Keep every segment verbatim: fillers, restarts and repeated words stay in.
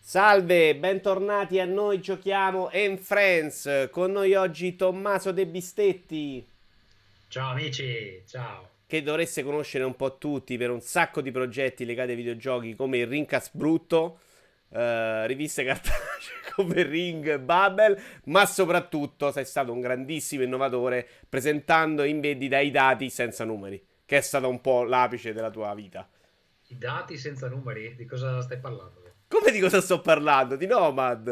Salve, bentornati a Noi Giochiamo and Friends. Con noi oggi Tommaso De Bistetti, Ciao amici, ciao. che dovreste conoscere un po' tutti per un sacco di progetti legati ai videogiochi come il Rincast Brutto, eh, riviste cartacee come Ring, Bubble, ma soprattutto sei stato un grandissimo innovatore presentando in vendita i dati senza numeri, che è stato un po' l'apice della tua vita. I dati senza numeri, di cosa stai parlando? Come di cosa sto parlando? Di Nomad.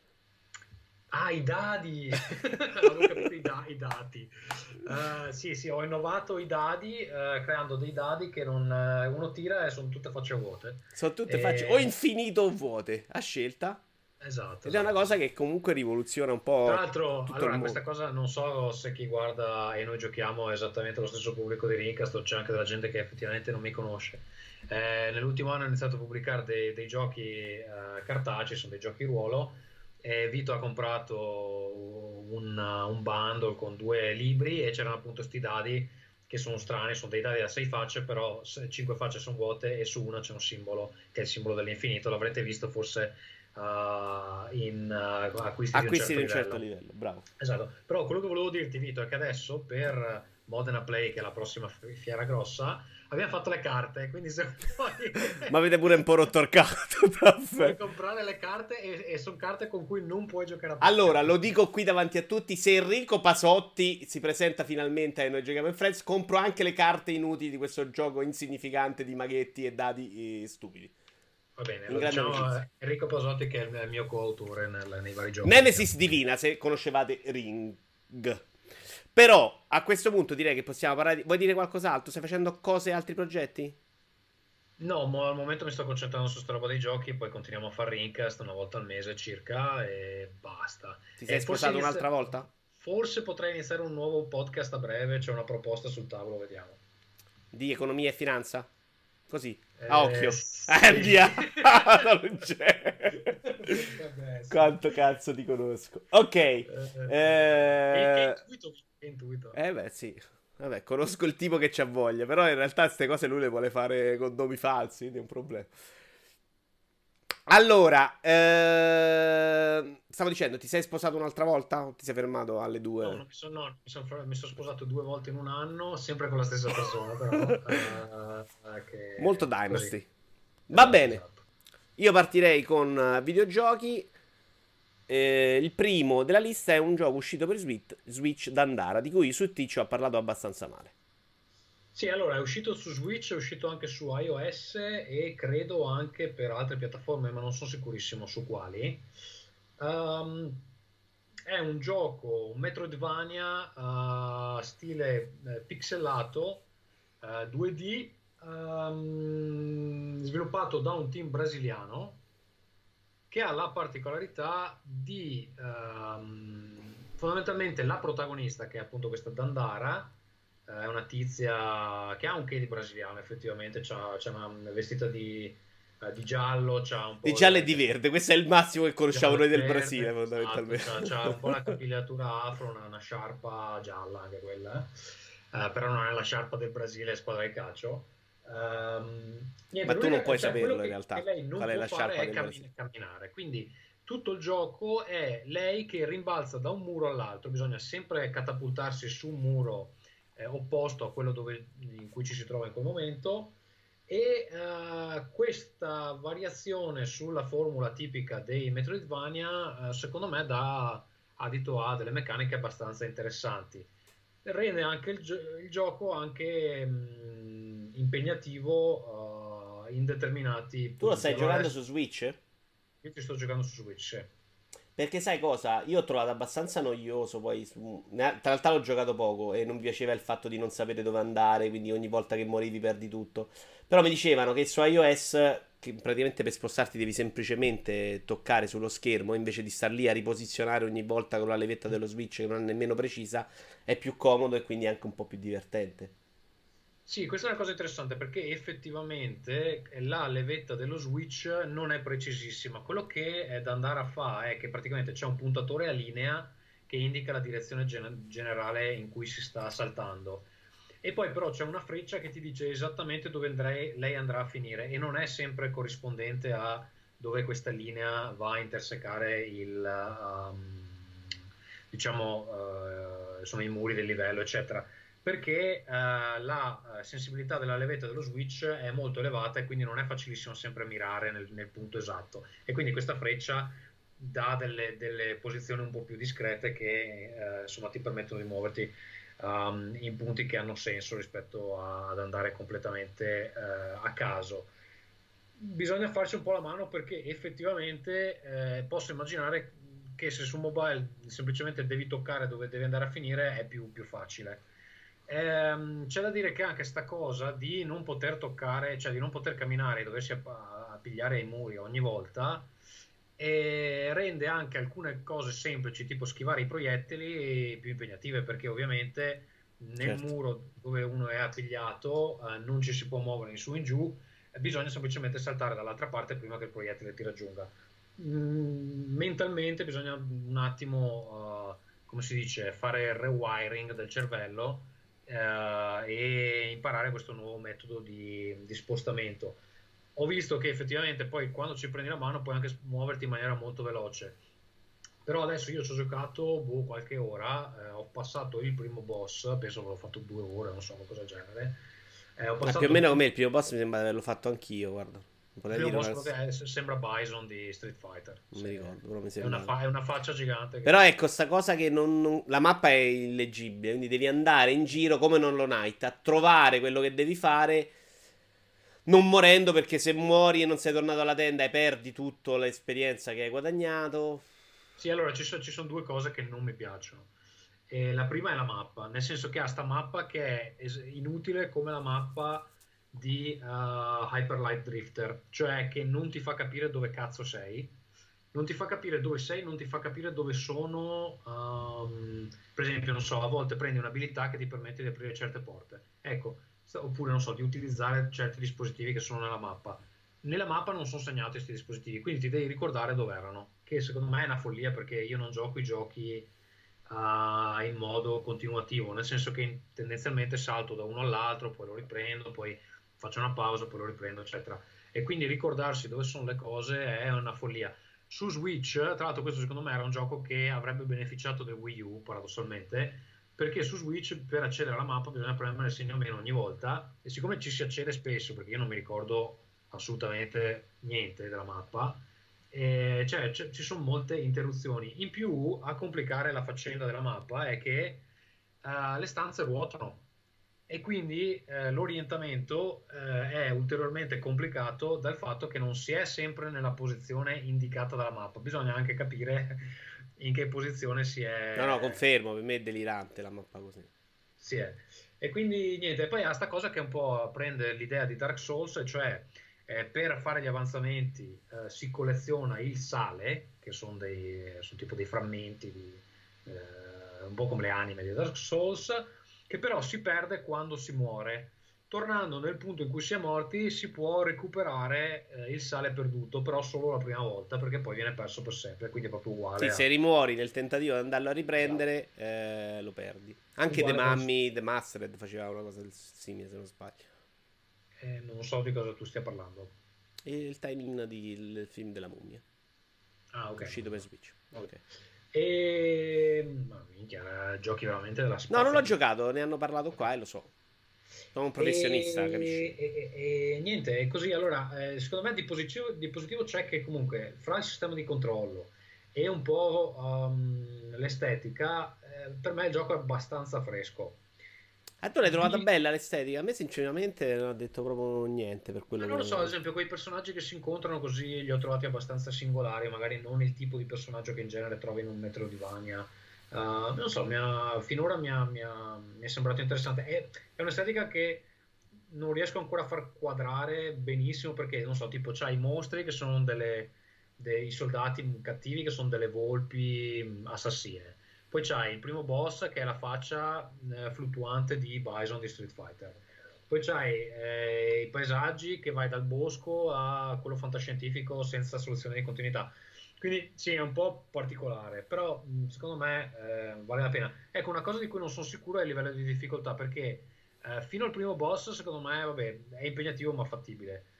Ah, i dadi! Avevo capito i, da- i dati. Eh, sì, sì, ho innovato i dadi eh, creando dei dadi che non, eh, uno tira e sono tutte facce vuote. Sono tutte facce o E- infinito o vuote, a scelta. Esatto, Ed è una esatto, cosa esatto. che comunque rivoluziona un Tra po' l'altro, tutto il allora, questa mondo. cosa non so se chi guarda e noi giochiamo è esattamente lo stesso pubblico di Rincast o c'è anche della gente che effettivamente non mi conosce. Eh, nell'ultimo anno ho iniziato a pubblicare dei, dei giochi eh, cartacei, sono dei giochi ruolo, e Vito ha comprato un, un bundle con due libri e c'erano appunto sti dadi che sono strani, sono dei dadi da sei facce, però se- cinque facce sono vuote e su una c'è un simbolo che è il simbolo dell'infinito, l'avrete visto forse uh, in uh, acquisti di un Acquisti certo di un certo livello. livello, bravo. Esatto, però quello che volevo dirti, Vito, è che adesso per Modena Play, che è la prossima fi- fiera grossa, abbiamo fatto le carte, quindi se vuoi, Ma avete pure un po' rotto il cazzo. puoi Perfetto. comprare le carte e, e sono carte con cui non puoi giocare a Allora, poker. lo dico qui davanti a tutti, se Enrico Pasotti si presenta finalmente a Noi Giochiamo in Friends, compro anche le carte inutili di questo gioco insignificante di maghetti e dadi eh, stupidi. Va bene, In lo grande diciamo amicizia. a Enrico Pasotti che è il mio coautore nel- nei vari giochi che Nemesis abbiamo. Divina, se conoscevate Ring. Però, a questo punto direi che possiamo parlare di... Vuoi dire qualcos'altro? Stai facendo cose e altri progetti? No, mo- al momento mi sto concentrando su sta roba dei giochi, poi continuiamo a fare Rincast una volta al mese circa e basta. Ti sei E forse, sposato un'altra inizia- volta? forse potrei iniziare un nuovo podcast a breve, c'è una proposta sul tavolo, vediamo. Di economia e finanza? Così, a Eh, occhio. Eh, sì. via! Non c'è. Potrebbe essere. Quanto cazzo ti conosco. Ok. Eh, Eh... eh, che, che intuito, che intuito. eh beh, sì. Vabbè, conosco il tipo che c'ha voglia, però in realtà queste cose lui le vuole fare con nomi falsi, quindi è un problema. Allora, ehm, stavo dicendo, ti sei sposato un'altra volta o ti sei fermato alle No, due? non mi sono, no, mi sono, mi sono sposato due volte in un anno, sempre con la stessa persona, però, eh, Molto che così. Dynasty. Va Esatto, bene. esatto. Io partirei con eh, videogiochi. Eh, il primo della lista è un gioco uscito per Switch, Switch Dandara, di cui su Twitch ho parlato abbastanza male. Sì, allora è uscito su Switch, è uscito anche su iOS e credo anche per altre piattaforme, ma non sono sicurissimo su quali. Ehm, è un gioco, un Metroidvania, eh, stile eh, pixelato, eh, due D, ehm, sviluppato da un team brasiliano che ha la particolarità di ehm, fondamentalmente la protagonista, che è appunto questa Dandara, eh, è una tizia che ha un che di brasiliano, effettivamente, c'ha, c'ha una vestita di, eh, di giallo, c'ha un Di po' giallo e le di capi- verde, questo è il massimo che conosciamo giallo noi e del Brasile, verde, esatto, fondamentalmente. c'ha, c'ha un po' la capigliatura afro, una, una sciarpa gialla anche quella, eh. Eh, però non è la sciarpa del Brasile, squadra di calcio. Ehm, niente, Ma tu non l'unica, puoi cioè, quello saperlo in che, che realtà, lei non qual è può la fare sciarpa è del Brasile. cammin- camminare, quindi tutto il gioco è lei che rimbalza da un muro all'altro, bisogna sempre catapultarsi su un muro eh, opposto a quello dove- in cui ci si trova in quel momento e eh, questa variazione sulla formula tipica dei Metroidvania, eh, secondo me, dà adito a delle meccaniche abbastanza interessanti. Rende anche il, gio- il gioco anche mh, impegnativo eh, in determinati Tu lo punti. stai Allora giocando su adesso Switch? io ti sto giocando su Switch. Sì. Perché sai cosa? Io ho trovato abbastanza noioso poi. su- ne- Tra l'altro l'ho giocato poco e non mi piaceva il fatto di non sapere dove andare, quindi ogni volta che morivi perdi tutto. Però mi dicevano che su iOS, che praticamente per spostarti devi semplicemente toccare sullo schermo invece di star lì a riposizionare ogni volta con la levetta dello Switch che non è nemmeno precisa, è più comodo e quindi anche un po' più divertente. Sì, questa è una cosa interessante perché effettivamente la levetta dello Switch non è precisissima. Quello che è da andare a fare è che praticamente c'è un puntatore a linea che indica la direzione gen- generale in cui si sta saltando. E poi però c'è una freccia che ti dice esattamente dove andrei- lei andrà a finire e non è sempre corrispondente a dove questa linea va a intersecare il, um, diciamo, uh, sono i muri del livello, eccetera, perché uh, la sensibilità della levetta dello Switch è molto elevata e quindi non è facilissimo sempre mirare nel, nel punto esatto, e quindi questa freccia dà delle, delle posizioni un po' più discrete che uh, insomma ti permettono di muoverti um, in punti che hanno senso rispetto a, ad andare completamente uh, a caso. Bisogna farci un po' la mano, perché effettivamente eh, posso immaginare che se su mobile semplicemente devi toccare dove devi andare a finire è più, più facile. Ehm, c'è da dire che anche sta cosa di non poter toccare, cioè di non poter camminare e doversi appigliare ai muri ogni volta, e rende anche alcune cose semplici, tipo schivare i proiettili, più impegnative, perché ovviamente nel Certo. muro dove uno è appigliato eh, non ci si può muovere in su e in giù, bisogna semplicemente saltare dall'altra parte prima che il proiettile ti raggiunga. Mm, mentalmente bisogna un attimo, uh, come si dice, fare il rewiring del cervello uh, e imparare questo nuovo metodo di, di spostamento. Ho visto che effettivamente poi quando ci prendi la mano puoi anche muoverti in maniera molto veloce. Però adesso io ci ho giocato boh, qualche ora, eh, ho passato il primo boss, penso che l'ho fatto due ore, non so, qualcosa del genere. Eh, ho Ma più o passato il meno primo come il primo boss mi sembra di averlo fatto anch'io, guarda. Non Il potrei primo dire boss una... proprio è- sembra Bison di Street Fighter. Non mi Se- ricordo, però mi È una, sembra... fa- è una faccia gigante Però che... ecco, sta cosa che non, non- la mappa è illeggibile, quindi devi andare in giro come non lo Knight a trovare quello che devi fare, non morendo, perché se muori e non sei tornato alla tenda e perdi tutta l'esperienza che hai guadagnato. Sì, allora ci, so- ci sono due cose che non mi piacciono. E la prima è la mappa, nel senso che ha sta mappa che è es- inutile come la mappa di uh, Hyper Light Drifter, cioè che non ti fa capire dove cazzo sei, non ti fa capire dove sei, non ti fa capire dove sono. Um, per esempio, non so, a volte prendi un'abilità che ti permette di aprire certe porte, ecco, sta- oppure non so, di utilizzare certi dispositivi che sono nella mappa. Nella mappa non sono segnati questi dispositivi, quindi ti devi ricordare dove erano, che secondo me è una follia, perché io non gioco i giochi uh, in modo continuativo, nel senso che tendenzialmente salto da uno all'altro, poi lo riprendo, poi faccio una pausa, poi lo riprendo, eccetera. E quindi ricordarsi dove sono le cose è una follia. Su Switch, tra l'altro, questo secondo me era un gioco che avrebbe beneficiato del Wii U, paradossalmente, perché su Switch per accedere alla mappa bisogna premere il segno meno ogni volta, e siccome ci si accede spesso, perché io non mi ricordo assolutamente niente della mappa, eh, cioè, c- ci sono molte interruzioni. In più, a complicare la faccenda della mappa è che eh, le stanze ruotano, e quindi eh, l'orientamento eh, è ulteriormente complicato dal fatto che non si è sempre nella posizione indicata dalla mappa. Bisogna anche capire in che posizione si No, no, è, confermo, per me è delirante la mappa così. si è. E quindi niente, e poi ha sta cosa che un po' prende l'idea di Dark Souls, e cioè eh, per fare gli avanzamenti eh, si colleziona il sale, che sono dei sono tipo dei frammenti, di, eh, un po' come le anime di Dark Souls, che però si perde quando si muore. Tornando nel punto in cui si è morti, si può recuperare eh, il sale perduto, però solo la prima volta, perché poi viene perso per sempre, quindi è proprio Sì, uguale se a... rimuori nel tentativo di andarlo a Esatto. riprendere, eh, lo perdi. Anche The Uguale con... Mummy, The Mastered faceva una cosa del simile, se non sbaglio. eh, non so di cosa tu stia parlando. E il timing del film della mummia, Ah, ok. uscito No, per no. Switch. Vabbè. Ok. E... Ma minchia, giochi veramente della No, non l'ho spazzatura. giocato, ne hanno parlato qua e lo so. Sono un professionista, capisci? E, e- e- niente, è così. Allora, eh, secondo me di positivo, di positivo c'è che comunque fra il sistema di controllo e un po' um, l'estetica, eh, per me il gioco è abbastanza fresco. Ah, tu l'hai trovata Di, bella l'estetica? A me sinceramente non ha detto proprio niente per Ma quello non lo so, ad che... esempio, quei personaggi che si incontrano così li ho trovati abbastanza singolari, magari non il tipo di personaggio che in genere trovi in un Metroidvania. Uh, non so, mi ha- finora mi, ha- mi ha- mi è sembrato interessante. È, è un'estetica che non riesco ancora a far quadrare benissimo, perché, non so, tipo, c'hai i mostri che sono delle, dei soldati cattivi che sono delle volpi mh, assassine. Poi c'hai il primo boss che è la faccia eh, fluttuante di Bison di Street Fighter. Poi c'hai eh, i paesaggi che vai dal bosco a quello fantascientifico senza soluzione di continuità. Quindi sì, è un po' particolare, però mh, secondo me eh, vale la pena. Ecco, una cosa di cui non sono sicuro è il livello di difficoltà, perché eh, fino al primo boss, secondo me, vabbè, è impegnativo ma fattibile.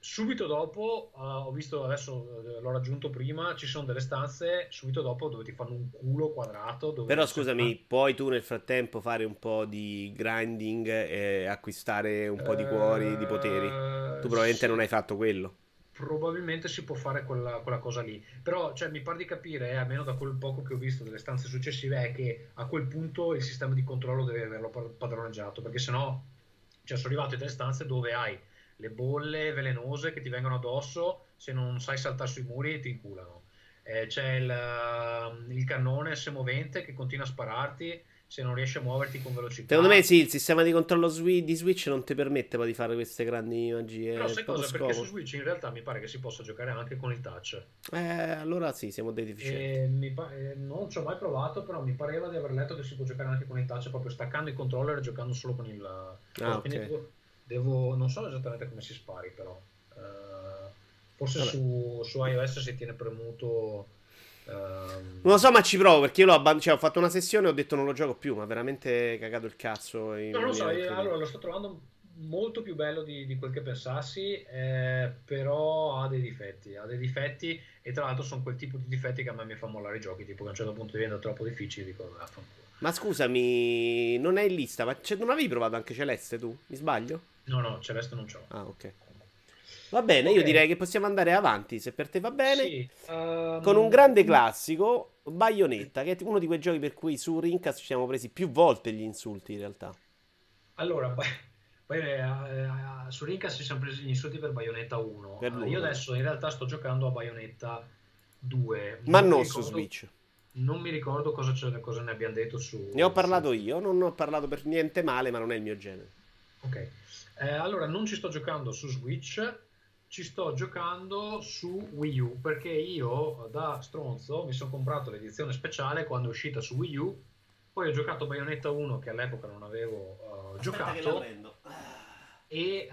Subito dopo, uh, ho visto adesso, uh, l'ho raggiunto prima, ci sono delle stanze subito dopo dove ti fanno un culo quadrato, dove Però non c'è scusami, puoi tu nel frattempo fare un po' di grinding e acquistare un po' di cuori, di poteri? Tu Eh, probabilmente non sì, hai fatto quello. probabilmente si può fare quella, quella cosa lì, però cioè, mi pare di capire, eh, almeno da quel poco che ho visto delle stanze successive, è che a quel punto il sistema di controllo deve averlo pa- padroneggiato, perché sennò cioè, sono arrivati a delle stanze dove hai le bolle velenose che ti vengono addosso, se non sai saltare sui muri ti inculano. Eh, c'è il, eh, il cannone semovente che continua a spararti se non riesci a muoverti con Secondo me velocità. sì, il sistema di controllo swi- di Switch non ti permette poi di fare queste grandi Però magie, è sai proprio cosa? Perché su scomodo. Switch in realtà mi pare che si possa giocare anche con il touch. Eh, allora sì, siamo dei deficienti. E mi pa- eh, non ci ho mai provato, però mi pareva di aver letto che si può giocare anche con il touch, proprio staccando i controller e giocando solo con il Ah, cosa. ok. Quindi devo, devo- non so esattamente come si spari, però. Eh, forse Vabbè. su, su iOS si tiene premuto. Non lo ehm, so, ma ci provo perché io l'ho abban- cioè, ho fatto una sessione e ho detto non lo gioco più, ma veramente cagato il cazzo in No, non lo so, maniera io- allora incredibile. lo sto trovando molto più bello di, di quel che pensassi, eh, però ha dei difetti, ha dei difetti e tra l'altro sono quel tipo di difetti che a me mi fa mollare i giochi, tipo che a un certo punto diventa troppo difficile, dico, vaffanculo. Ma scusami, non è in lista, ma c'è- non avevi provato anche Celeste tu? Mi sbaglio? No, no, Celeste non c'ho. Ah, ok. Va bene, Ok, io direi che possiamo andare avanti, se per te va bene, sì, con un ehm, grande classico, Bayonetta, che è uno di quei giochi per cui su Rincast ci siamo presi più volte gli insulti in realtà. allora, poi, poi, eh, eh, su Rincas si sono presi gli insulti per Bayonetta uno. Per Eh, io l'uno, vabbè. adesso in realtà sto giocando a Bayonetta due, Ma non mi non su ricordo, Switch. non mi ricordo cosa, c'è- cosa ne abbiamo detto Ne ho su, su parlato io, non ho parlato per niente male, ma non è il mio genere. Ok, Eh, allora non ci sto giocando su Switch, ci sto giocando su Wii U perché io da stronzo mi sono comprato l'edizione speciale quando è uscita su Wii U, poi ho giocato Bayonetta uno che all'epoca non avevo eh, Aspetta che la giocato prendo. e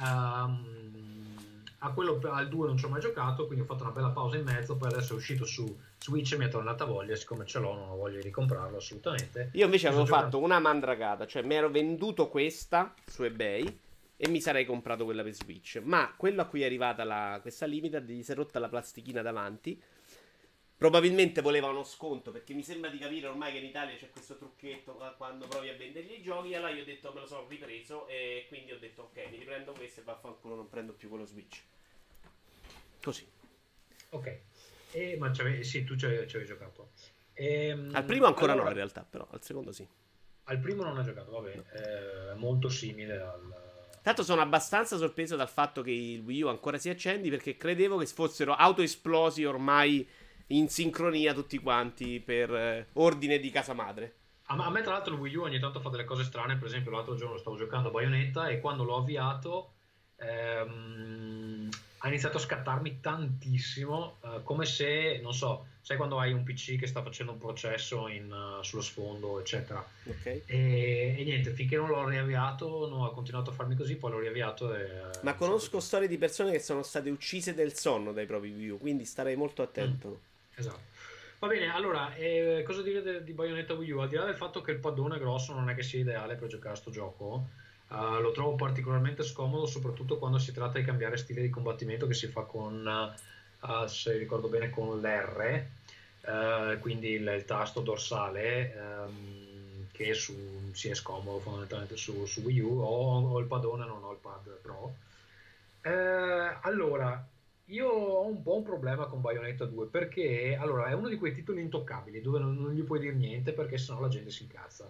ehm, a quello al due non ci ho mai giocato, quindi ho fatto una bella pausa in mezzo, poi adesso è uscito su Switch e mi è tornata voglia, siccome ce l'ho non ho voglia di comprarlo assolutamente. Io invece Mi sto avevo giocando. fatto una mandragata, cioè mi ero venduto questa su eBay e mi sarei comprato quella per Switch. Ma quello a cui è arrivata la, questa limited gli si è rotta la plastichina davanti. Probabilmente voleva uno sconto perché mi sembra di capire ormai che in Italia c'è questo trucchetto eh, quando provi a vendergli i giochi. Allora io ho detto me lo sono ripreso e quindi ho detto ok, mi riprendo questo e vaffanculo non prendo più quello Switch. Così. Ok, e, ma c'avevi- sì, tu ci avevi ci avevi giocato. Al Ehm, primo ancora no in allora, realtà, però al secondo sì. al primo non hai giocato, vabbè, No. eh, è molto simile al... Tanto sono abbastanza sorpreso dal fatto che il Wii U ancora si accendi perché credevo che fossero autoesplosi ormai in sincronia tutti quanti per eh, ordine di casa madre. A, a me tra l'altro il Wii U ogni tanto fa delle cose strane, per esempio l'altro giorno stavo giocando a Bayonetta e quando l'ho avviato ehm, ha iniziato a scattarmi tantissimo, eh, come se, non so, sai quando hai un P C che sta facendo un processo in, eh, sullo sfondo, eccetera. Ok? E, e niente, finché non l'ho riavviato, no, ha continuato a farmi così, poi l'ho riavviato e ha Ma iniziato conosco tutto. storie di persone che sono state uccise del sonno dai propri Wii U, quindi starei molto Mm, attento. esatto. Va bene, allora, eh, cosa dire de- di Bayonetta Wii U? Al di là del fatto che il paddone grosso non è che sia ideale per giocare a sto gioco, eh, lo trovo particolarmente scomodo, soprattutto quando si tratta di cambiare stile di combattimento che si fa con, eh, se ricordo bene, con l'R, eh, quindi il, il tasto dorsale, ehm, che su, si è scomodo fondamentalmente su, su Wii U, ho, ho il padone, non ho il pad Pro. Eh, allora, io ho un po' un problema con Bayonetta due perché allora, è uno di quei titoli intoccabili dove non, non gli puoi dire niente perché sennò la gente si incazza.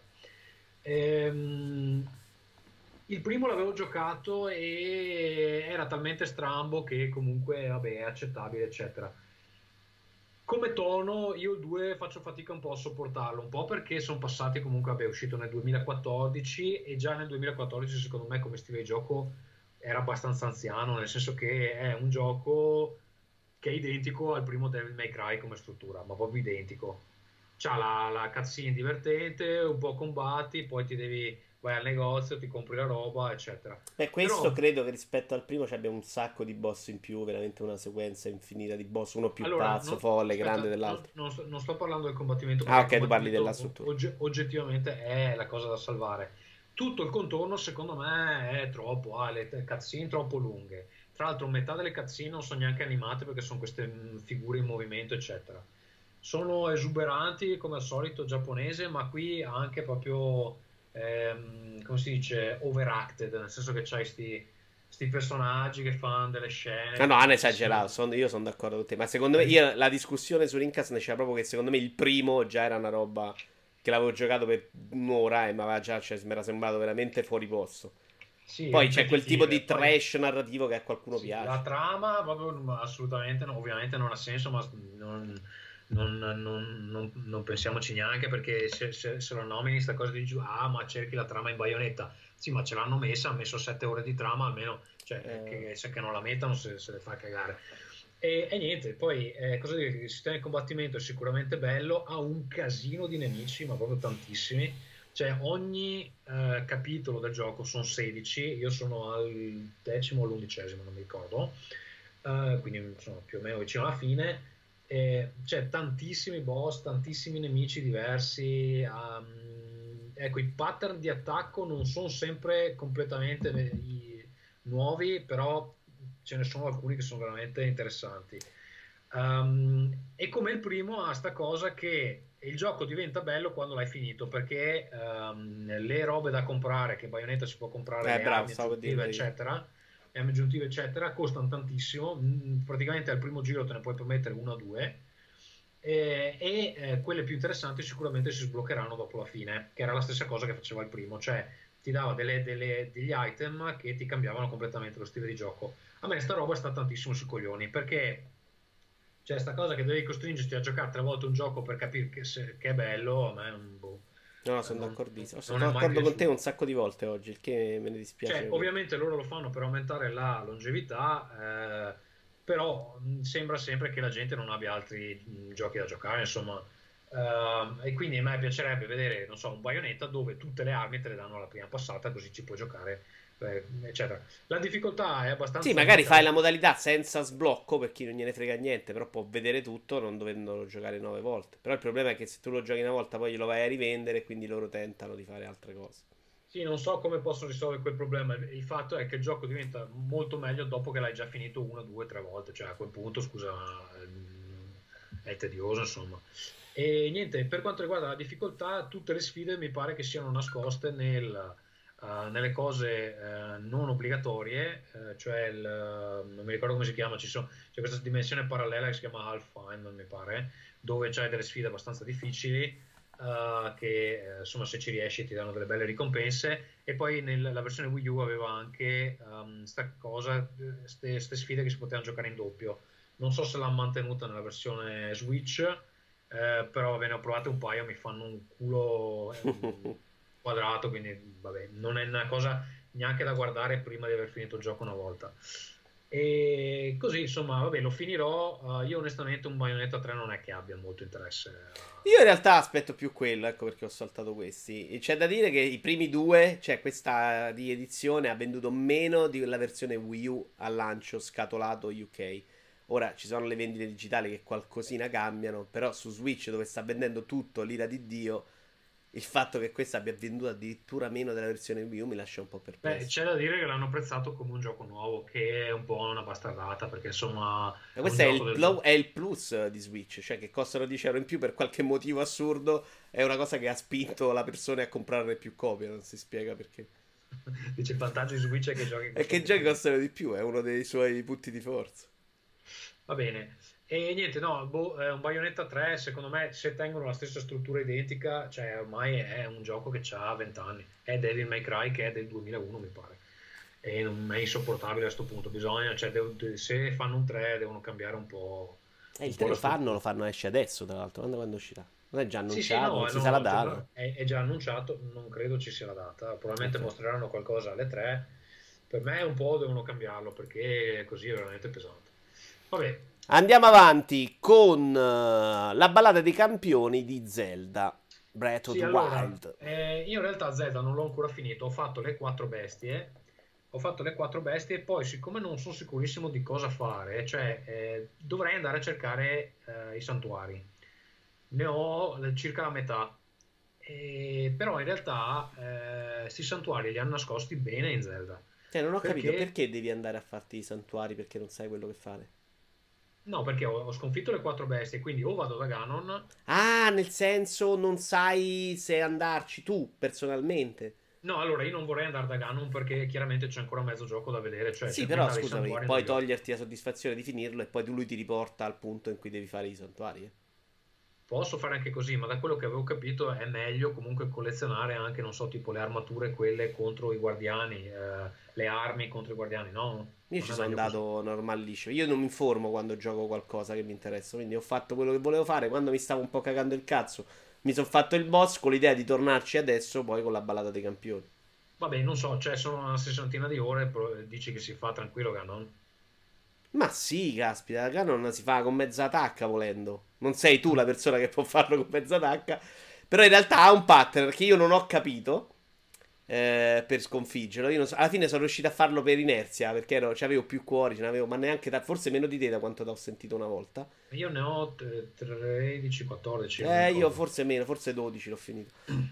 Ehm, il primo l'avevo giocato e era talmente strambo che comunque vabbè, è accettabile, eccetera. Come tono, io il due faccio fatica un po' a sopportarlo, un po' perché sono passati comunque, vabbè, è uscito nel duemilaquattordici e già nel duemilaquattordici secondo me come stile di gioco era abbastanza anziano, nel senso che è un gioco che è identico al primo Devil May Cry come struttura, ma proprio identico. C'ha la, la cutscene divertente, un po' combatti, poi ti devi, vai al negozio, ti compri la roba, eccetera. Beh, questo Però credo che rispetto al primo ci abbia un sacco di boss in più, veramente una sequenza infinita di boss, uno più allora, pazzo, non, folle, grande aspetta, non, dell'altro. non sto, non sto parlando del combattimento Ah, perché il ok, tu parli della combattimento o- struttura. ogge- oggettivamente è la cosa da salvare. Tutto il contorno, secondo me, è troppo, ha le te- cutscene troppo lunghe. Tra l'altro metà delle cutscene non sono neanche animate perché sono queste mh, figure in movimento, eccetera. Sono esuberanti come al solito giapponese, ma qui anche proprio, ehm, come si dice, overacted, nel senso che c'hai sti, sti personaggi che fanno delle scene No, no, hanno fightissime. esagerato, son- io sono d'accordo con te, ma secondo me, Eh, io, la discussione su Rincas c'era proprio che secondo me il primo già era una roba che l'avevo giocato per un'ora e mi aveva già, cioè, mi era sembrato veramente fuori posto. sì, Poi c'è quel tipo ripetitive. di Poi trash narrativo che a qualcuno sì, la piace. trama proprio mm, assolutamente, no- ovviamente non ha senso, ma non, non- non- non- non pensiamoci neanche perché se, se, se lo nomini sta cosa di giù, ah, ma cerchi la trama in baionetta. Sì, ma ce l'hanno messa, hanno messo sette ore di trama, almeno, cioè, Eh, che, se che non la mettono se, se le fa cagare. E, e niente, poi eh, cosa dire, il sistema di combattimento è sicuramente bello, ha un casino di nemici, ma proprio tantissimi. Cioè, ogni eh, capitolo del gioco sono sedici, io sono al decimo o all'undicesimo, non mi ricordo, eh, quindi sono più o meno vicino alla fine. E c'è tantissimi boss, tantissimi nemici diversi. ehm, ecco, i pattern di attacco non sono sempre completamente eh, i- nuovi, però ce ne sono alcuni che sono veramente interessanti. Um, e come il primo ha sta cosa che il gioco diventa bello quando l'hai finito perché um, le robe da comprare, che Bayonetta si può comprare, eh, le bravo, armi stavo per aggiuntive, dirlo io. eccetera, le armi aggiuntive, eccetera, costano tantissimo. Mm, praticamente al primo giro te ne puoi permettere una o due. E, e, eh, quelle più interessanti sicuramente si sbloccheranno dopo la fine, che era la stessa cosa che faceva il primo, cioè ti dava delle- delle- degli item che ti cambiavano completamente lo stile di gioco. A me sta roba sta tantissimo sui coglioni perché c'è sta cosa che devi costringerti a giocare tre volte un gioco per capire che, se- che è bello, a me non, boh, No, no, eh, sono non- non- d'accordissimo. Sono non è mai d'accordo con te un piaciuto. sacco di volte oggi, il che me ne Cioè, dispiace per... ovviamente loro lo fanno per aumentare la longevità, eh, però mh, sembra sempre che la gente non abbia altri mh, giochi da giocare, insomma. Ehm, e quindi a me piacerebbe vedere, non so, un Bayonetta dove tutte le armi te le danno alla prima passata, così ci puoi giocare, eh, eccetera. La difficoltà è Sì, abbastanza magari fai limitata. la modalità senza sblocco per chi non gliene frega niente, però può vedere tutto non dovendolo giocare nove volte. Però il problema è che se tu lo giochi una volta poi glielo vai a rivendere e quindi loro tentano di fare altre cose. Sì, non so come posso risolvere quel problema. Il fatto è che il gioco diventa molto meglio dopo che l'hai già finito una, due, tre volte. Cioè, a quel punto, scusa, ehm, è tedioso, insomma. E niente, per quanto riguarda la difficoltà, tutte le sfide mi pare che siano nascoste nel, eh, nelle cose eh, non obbligatorie, eh, cioè il, non mi ricordo come si chiama, ci sono- c'è questa dimensione parallela che si chiama Half-Time, mi pare, dove c'hai delle sfide abbastanza difficili eh, che eh, insomma se ci riesci ti danno delle belle ricompense e poi nella versione Wii U aveva anche um, sta cosa, queste sfide che si potevano giocare in doppio. Non so se l'hanno mantenuta nella versione Switch, eh, però ve ne ho provate un paio, mi fanno un culo ehm, quadrato, quindi vabbè, non è una cosa neanche da guardare prima di aver finito il gioco una volta. E così, insomma, vabbè, lo finirò. Uh, io onestamente un Bayonetta tre non è che abbia molto interesse. Io in uh, realtà aspetto più quello, ecco perché ho saltato questi. E c'è da dire che i primi due, cioè questa di edizione, ha venduto meno di quella versione Wii U al lancio scatolato U K. Ora ci sono le vendite digitali che qualcosina cambiano, però su Switch dove sta vendendo tutto l'ira di Dio, il fatto che questa abbia venduto addirittura meno della versione Wii U mi lascia un po' Beh, perplesso. c'è da dire che l'hanno apprezzato come un gioco nuovo, che è un po' una bastardata, perché insomma Ma è un questo è gioco il, del... plu- è il plus di Switch, cioè che costano dieci euro in più per qualche motivo assurdo, è una cosa che ha spinto la persona a comprarne più copie, non si spiega perché. Dice il vantaggio di Switch è che i giochi E costano che di giochi più. costano di più, è uno dei suoi punti di forza. Va bene. E niente, no, boh, eh, un Bayonetta tre, secondo me, se tengono la stessa struttura identica, cioè ormai è un gioco che ha venti anni. È Devil May Cry che è del duemilauno, mi pare. E non è insopportabile a questo punto. Bisogna, cioè, devo- de- se fanno un tre, devono cambiare un po', E il un po' tre la lo fanno, struttura. lo fanno esce adesso, tra l'altro, quando, quando uscirà? Non è già Sì, sì, annunciato, non no, eh, si sa la no, data. sembra- è, è già annunciato, non credo ci sia la data. Probabilmente Ok. mostreranno qualcosa alle tre. Per me un po' devono cambiarlo perché così è veramente pesante. Vabbè, Andiamo avanti con eh, la ballata dei campioni di Zelda, Breath of sì, the allora, Wild. eh, io in realtà Zelda non l'ho ancora finito, ho fatto le quattro bestie, ho fatto le quattro bestie e poi siccome non sono sicurissimo di cosa fare, cioè eh, dovrei andare a cercare eh, i santuari. Ne ho eh, circa la metà, e- però in realtà questi santuari li hanno nascosti bene in Zelda. Cioè, non ho capito Perché perché devi andare a farti i santuari perché non sai quello che fare. no, perché ho, ho sconfitto le quattro bestie, quindi o vado da Ganon. Ah, nel senso non sai se andarci tu personalmente. No, allora io non vorrei andare da Ganon perché chiaramente c'è ancora mezzo gioco da vedere, cioè Sì, c'è però metà dei scusami, santuari puoi noiosi. toglierti la soddisfazione di finirlo e poi lui ti riporta al punto in cui devi fare i santuari. eh. Posso fare anche così, ma da quello che avevo capito è meglio comunque collezionare anche, non so, tipo le armature, quelle contro i guardiani, eh, le armi contro i guardiani, no? Io Non ci è sono meglio così. andato normal liscio. Io non mi informo quando gioco qualcosa che mi interessa. Quindi ho fatto quello che volevo fare. Quando mi stavo un po' cagando il cazzo, mi sono fatto il boss con l'idea di tornarci adesso, poi con la ballata dei campioni. Vabbè, non so, cioè sono una sessantina di ore, però dici che si fa tranquillo Ganon? Ma sì, caspita, la non si fa con mezza tacca volendo. Non sei tu la persona che può farlo con mezza tacca. Però in realtà ha un pattern che io non ho capito. eh, per sconfiggerlo. Io non so- alla fine sono riuscito a farlo per inerzia perché ero, c'avevo più cuori, ce n'avevo, ma neanche da, forse meno di te da quanto t'ho sentito una volta. Io ne ho t- tredici, quattordici, non mi Eh, io ricordo. forse meno, forse dodici l'ho finito.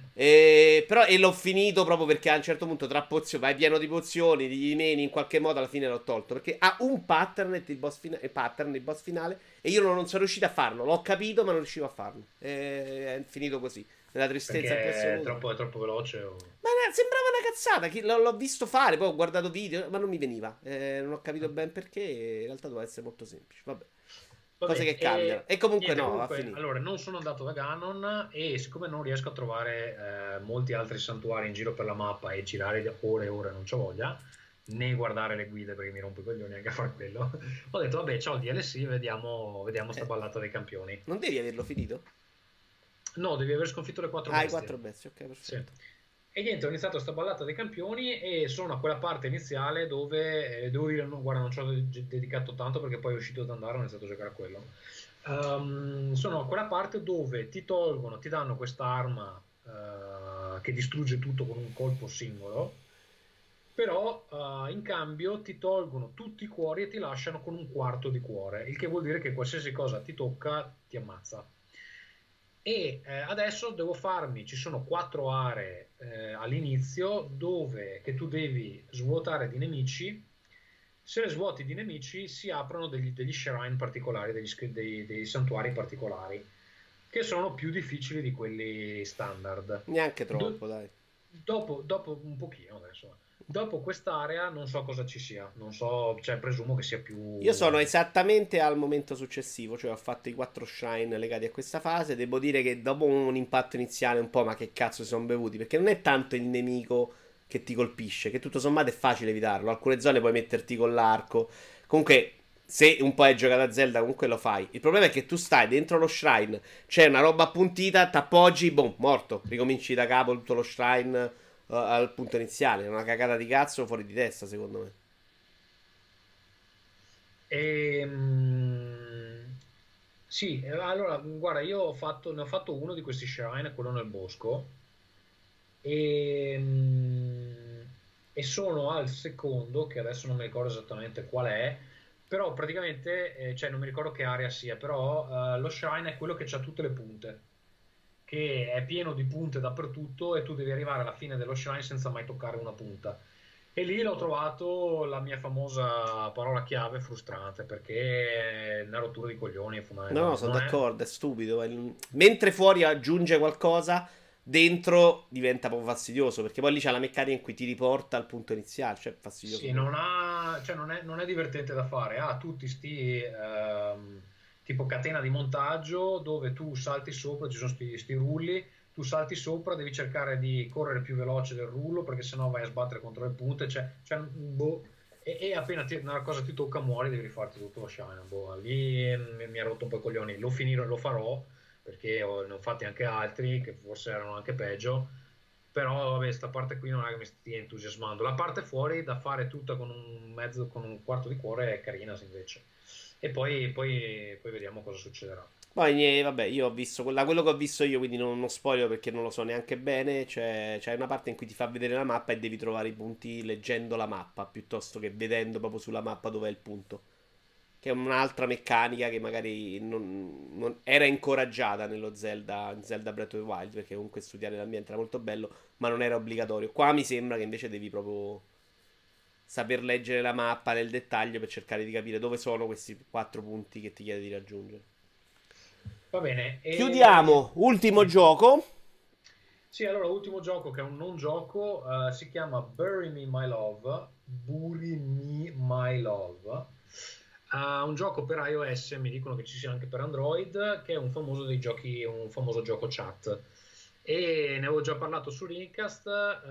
E, però, e l'ho finito proprio perché a un certo punto tra pozioni, vai pieno di pozioni, di meni, in qualche modo alla fine l'ho tolto. Perché ha un pattern il boss, fina- il pattern, il boss finale e io non, non sono riuscito a farlo. L'ho capito ma non riuscivo a farlo. E, è finito così, nella tristezza più Perché è assoluta. troppo, è troppo veloce. o- Ma no, sembrava una cazzata, chi- l'ho, l'ho visto fare, poi ho guardato video, ma non mi veniva. Eh, non ho capito ben perché, in realtà doveva essere molto semplice. Vabbè, Va cose bene, che cambiano. e E comunque niente, no, va comunque, finito. allora non sono andato da Ganon e siccome non riesco a trovare eh, molti altri santuari in giro per la mappa e girare ore e ore non c'ho voglia, né guardare le guide perché mi rompo i coglioni anche a fare quello, ho detto vabbè, c'ho il D L C, vediamo, vediamo sta Eh, ballata dei campioni. non devi averlo finito? No, devi aver sconfitto le quattro Ah, i quattro bestie. bestie, ok, Sì. perfetto. E niente, ho iniziato sta ballata dei campioni e sono a quella parte iniziale dove, eh, devo dire, no, guarda, non ci ho de- dedicato tanto perché poi è uscito da andare, ho iniziato a giocare a quello. Ehm, sono a quella parte dove ti tolgono, ti danno quest'arma eh, che distrugge tutto con un colpo singolo, però eh, in cambio ti tolgono tutti i cuori e ti lasciano con un quarto di cuore, il che vuol dire che qualsiasi cosa ti tocca ti ammazza. E eh, adesso devo farmi, ci sono quattro aree eh, all'inizio dove che tu devi svuotare di nemici. Se le svuoti di nemici si aprono degli, degli shrine particolari, degli, scri- dei, dei santuari particolari, che sono più difficili di quelli standard. Neanche Do- troppo, dai. dopo, dopo un pochino adesso. Dopo quest'area non so cosa ci sia, non so, cioè presumo che sia Io più. sono esattamente al momento successivo, cioè ho fatto i quattro shrine legati a questa fase. Devo dire che dopo un impatto iniziale un po', ma che cazzo si sono bevuti? Perché non è tanto il nemico che ti colpisce, che tutto sommato è facile evitarlo. Alcune zone puoi metterti con l'arco. Comunque, se un po' hai giocato a Zelda, comunque lo fai. Il problema è che tu stai dentro lo shrine, c'è una roba appuntita, t'appoggi, boom, morto. Ricominci da capo tutto lo shrine eh, al punto iniziale. È una cagata di cazzo fuori di testa, secondo me. Ehm, sì, eh, allora, guarda, io ho fatto, ne ho fatto uno di questi shrine, quello nel bosco, e, mm, e sono al secondo, che adesso non mi ricordo esattamente qual è, però praticamente, eh, cioè non mi ricordo che area sia, però eh, lo shrine è quello che ha tutte le punte, che è pieno di punte dappertutto e tu devi arrivare alla fine dello shrine senza mai toccare una punta. E lì l'ho trovato la mia famosa parola chiave frustrante perché è una rottura di coglioni, No, no, fondamentalmente. sono Non è. d'accordo, è stupido. è- Mentre fuori aggiunge qualcosa, dentro diventa proprio fastidioso. Perché poi lì c'è la meccanica in cui ti riporta al punto iniziale. Cioè, è fastidioso Sì, pure. non ha, cioè non è, non è divertente da fare. Ha tutti sti ehm, tipo catena di montaggio dove tu salti sopra, ci sono sti, sti rulli, tu salti sopra, devi cercare di correre più veloce del rullo perché sennò vai a sbattere contro le punte. Cioè, cioè, boh, e, e appena ti- una cosa ti tocca muori, devi rifarti tutto lo shine. Boh, lì mi, mi ha rotto un po' i coglioni. Lo finirò, lo farò perché ho- ne ho fatti anche altri che forse erano anche peggio. Però vabbè, sta parte qui non è che mi stia entusiasmando. La parte fuori da fare tutta con un mezzo, con un quarto di cuore è carina se invece. E poi, poi, poi vediamo cosa succederà. Poi, eh, vabbè, io ho visto quella- quello che ho visto io, quindi non, non spoilero perché non lo so neanche bene. C'è, c'è una parte in cui ti fa vedere la mappa e devi trovare i punti leggendo la mappa piuttosto che vedendo proprio sulla mappa dov'è il punto. Che è un'altra meccanica che magari non, non- era incoraggiata nello Zelda, in Zelda Breath of the Wild, perché comunque studiare l'ambiente era molto bello, ma non era obbligatorio. Qua mi sembra che invece devi proprio saper leggere la mappa nel dettaglio per cercare di capire dove sono questi quattro punti che ti chiede di raggiungere. Va bene. E... Chiudiamo, ultimo Sì. gioco. Sì, allora, ultimo gioco che è un non gioco, eh, si chiama Bury Me My Love, Bury Me My Love. Uh, un gioco per iOS, mi dicono che ci sia anche per Android, che è un famoso dei giochi, un famoso gioco chat. E ne avevo già parlato su Rincast.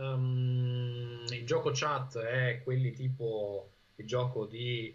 Um, il gioco chat è quelli tipo il gioco di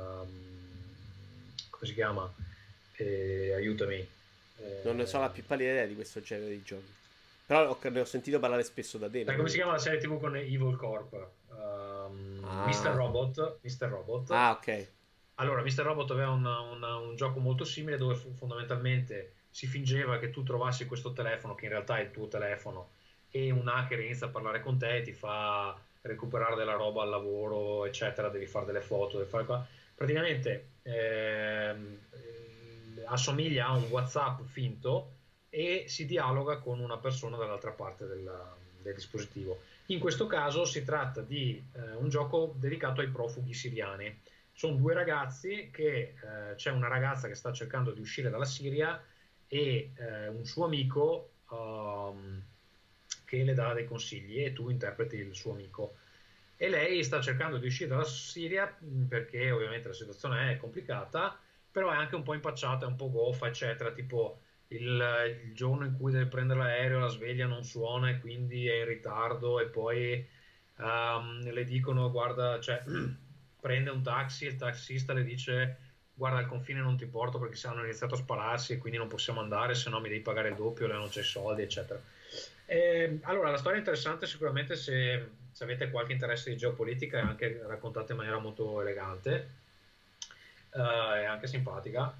um, come si chiama? Eh, aiutami. Non ne so la Eh, più pallida idea di questo genere di giochi. Però ho- ne ho sentito parlare spesso da te, Sai come si chiama veramente. la serie T V con Evil Corp? Um, mister Ah, Robot. mister Robot. ah, ok. Allora, mister Robot aveva una- una- un gioco molto simile dove fu- fondamentalmente si fingeva che tu trovassi questo telefono, che in realtà è il tuo telefono, e un hacker inizia a parlare con te, ti fa recuperare della roba al lavoro, eccetera, devi fare delle foto, devi fare qua. Praticamente ehm, eh, assomiglia a un WhatsApp finto e si dialoga con una persona dall'altra parte del, del dispositivo. In questo caso si tratta di eh, un gioco dedicato ai profughi siriani. Sono due ragazzi che eh, c'è una ragazza che sta cercando di uscire dalla Siria e eh, un suo amico um, che le dà dei consigli e tu interpreti il suo amico. E lei sta cercando di uscire dalla Siria mh, perché ovviamente la situazione è complicata, però è anche un po' impacciata, è un po' goffa, eccetera. Tipo il, il giorno in cui deve prendere l'aereo, la sveglia non suona e quindi è in ritardo e poi ehm, le dicono guarda, cioè prende un taxi, il taxista le dice guarda al confine non ti porto perché se hanno iniziato a spararsi e quindi non possiamo andare, se no mi devi pagare il doppio, lei non c'è soldi, eccetera. Eh, allora, la storia è interessante sicuramente se, se avete qualche interesse di geopolitica, è anche raccontata in maniera molto elegante eh, e anche simpatica.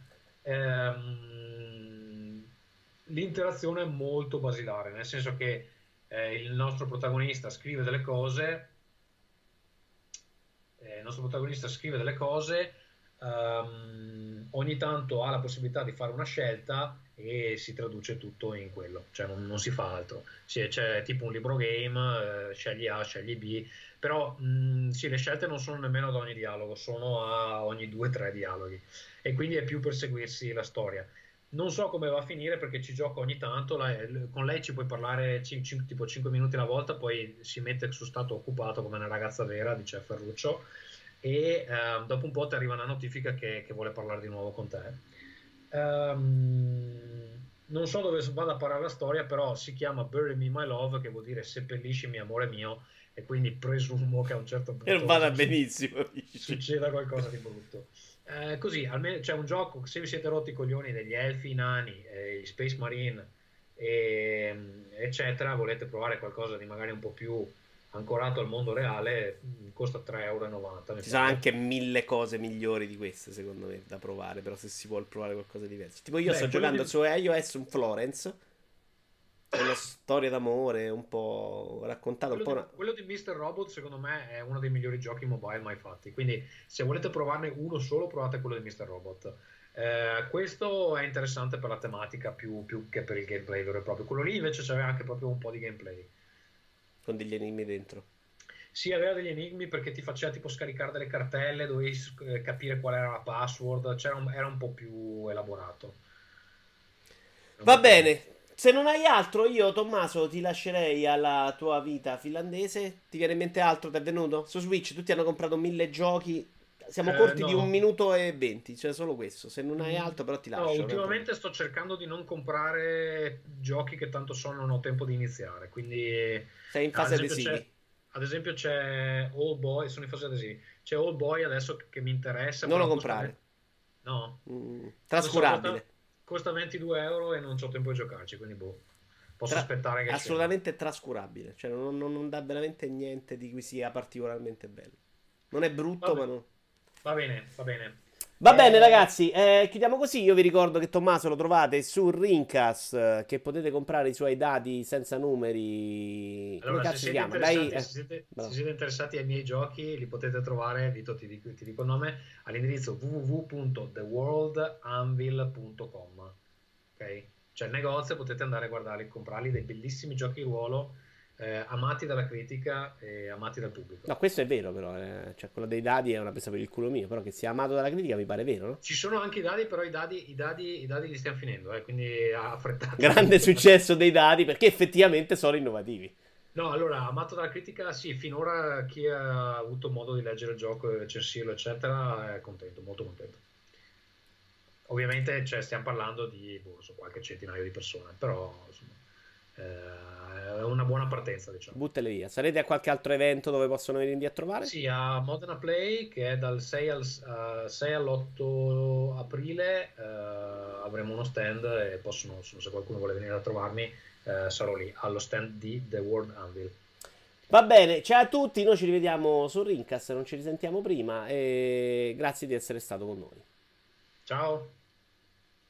Ehm, L'interazione è molto basilare, nel senso che eh, il nostro protagonista scrive delle cose, eh, il nostro protagonista scrive delle cose, ehm, ogni tanto ha la possibilità di fare una scelta e si traduce tutto in quello, cioè non, non si fa altro. Sì, c'è tipo un libro game, eh, scegli A, scegli B, però mh, sì, le scelte non sono nemmeno ad ogni dialogo, sono a ogni due o tre dialoghi e quindi è più per seguirsi la storia. Non so come va a finire perché ci gioco ogni tanto, la- con lei ci puoi parlare cin- cin- tipo cinque minuti alla volta, poi si mette su stato occupato come una ragazza vera, dice Ferruccio, e eh, dopo un po' ti arriva una notifica che, che vuole parlare di nuovo con te. Ehm, non so dove vada a parare la storia, però si chiama Bury Me My Love, che vuol dire seppelliscimi amore mio, e quindi presumo che a un certo E non punto vada succe- benissimo, dici. succeda qualcosa di brutto. Eh, così, almeno c'è un gioco, se vi siete rotti i coglioni degli elfi, i nani, eh, i Space Marine, e, eccetera, volete provare qualcosa di magari un po' più ancorato al mondo reale, mh, costa tre e novanta euro, mi Ci sono pare. anche mille cose migliori di queste, secondo me, da provare. Però se si vuole provare qualcosa di diverso. Tipo io sto Beh, quello giocando di, su iOS un Florence. È una storia d'amore un po' raccontata, un quello po' di, una... quello di mister Robot, secondo me, è uno dei migliori giochi mobile mai fatti. Quindi, se volete provarne uno solo, provate quello di mister Robot. Eh, questo è interessante per la tematica più, più che per il gameplay vero e proprio. Quello lì invece c'aveva anche proprio un po' di gameplay. con degli enigmi dentro. Sì, aveva degli enigmi perché ti faceva tipo scaricare delle cartelle, dovevi eh, capire qual era la password, c'era un- era un po' più elaborato. Era un Va po' più elaborato. bene. Se non hai altro, io, Tommaso, ti lascerei alla tua vita finlandese. Ti viene in mente altro? Ti è venuto? Su Switch tutti hanno comprato mille giochi. Siamo Eh, corti di un no. minuto e venti, cioè solo questo. Se non hai Mm, altro, però ti no, lascio un altro. ultimamente sto cercando di non comprare giochi che tanto so non ho tempo di iniziare. Quindi, eh, Sei in ad fase esempio, c'è, adesivi. ad esempio c'è All Boy, sono in fase adesivi. C'è All Boy adesso che, che mi interessa, Non lo però costa comprare. venti. No, Mm, non so, costa, trascurabile. costa ventidue euro e non ho tempo di giocarci, quindi boh, posso Tra- aspettare che scenda. assolutamente trascurabile. Cioè, non, non- non dà veramente niente di cui sia particolarmente bello. Non è brutto, ma Vabbè, non. va bene, va bene. Va bene, Eh, ragazzi, eh, chiudiamo così. Io vi ricordo che Tommaso lo trovate su Rincas, eh, che potete comprare i suoi dati senza numeri. Come Allora, se cazzo si siete chiama? Dai, interessati, eh, se siete, se bravo. siete interessati ai miei giochi, li potete trovare, Vito, ti dico, ti dico il nome, all'indirizzo w w w punto the world anvil punto com. Ok? C'è il negozio, potete andare a guardarli, comprarli, dei bellissimi giochi di ruolo, eh, amati dalla critica e amati dal pubblico. No, questo è vero, però. Eh. Cioè, quello dei dadi è una presa per il culo mio. Però che sia amato dalla critica mi pare vero, no? Ci sono anche i dadi, però i dadi, i dadi, i dadi li stiamo finendo, eh, quindi Grande affrettatevi. successo dei dadi perché effettivamente sono innovativi. No, allora, amato dalla critica, sì, finora chi ha avuto modo di leggere il gioco e recensirlo, eccetera, è contento, molto contento. Ovviamente, cioè, stiamo parlando di boh, non so, qualche centinaio di persone, però insomma, eh, è una buona partenza, diciamo. Buttale via. Sarete a qualche altro evento dove possono venirvi a trovare? Sì, a Modena Play, che è dal sei al, eh, sei all'otto aprile, eh, avremo uno stand e possono, insomma, se qualcuno vuole venire a trovarmi, eh, sarò lì, allo stand di The World Anvil. Va bene, ciao a tutti. Noi ci rivediamo su Rincast. Non ci risentiamo prima. E grazie di essere stato con noi. Ciao!